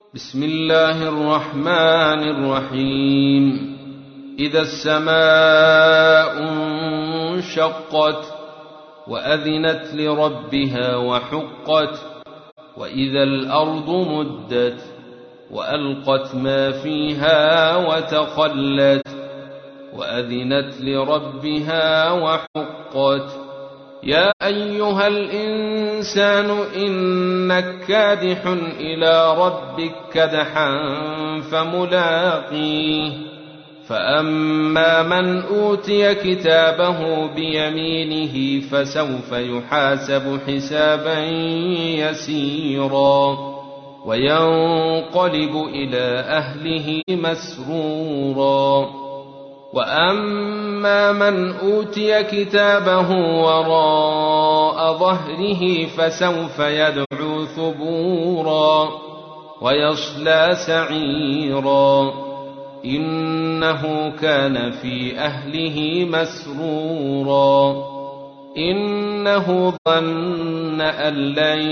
بسم الله الرحمن الرحيم. إذا السماء انشقت وأذنت لربها وحقت وإذا الأرض مدت وألقت ما فيها وتخلت وأذنت لربها وحقت. يا أيها الإنسان إنك كادح إلى ربك كدحا فملاقيه. فأما من أوتي كتابه بيمينه فسوف يحاسب حسابا يسيرا وينقلب إلى أهله مسرورا. وأما من أوتي كتابه وراء ظهره فسوف يدعو ثبورا ويصلى سعيرا إنه كان في أهله مسرورا إنه ظن أن لن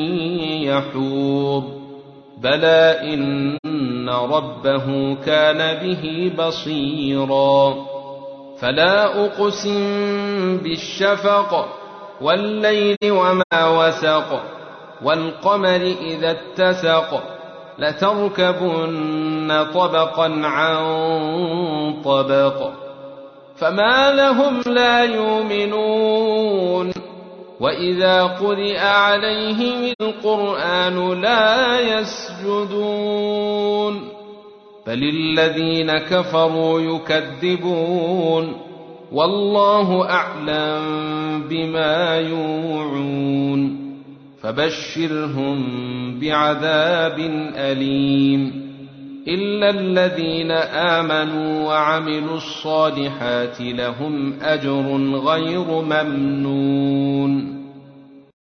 يحور بلى إن ربه كان به بصيرا. فلا أقسم بالشفق والليل وما وسق والقمر إذا اتسق لتركبن طبقا عن طبق فما لهم لا يؤمنون وإذا قرئ عليهم القرآن لا يسجدون بل الذين كفروا يكذبون والله أعلم بما يوعون فبشرهم بعذاب أليم إلا الذين آمنوا وعملوا الصالحات لهم أجر غير ممنون.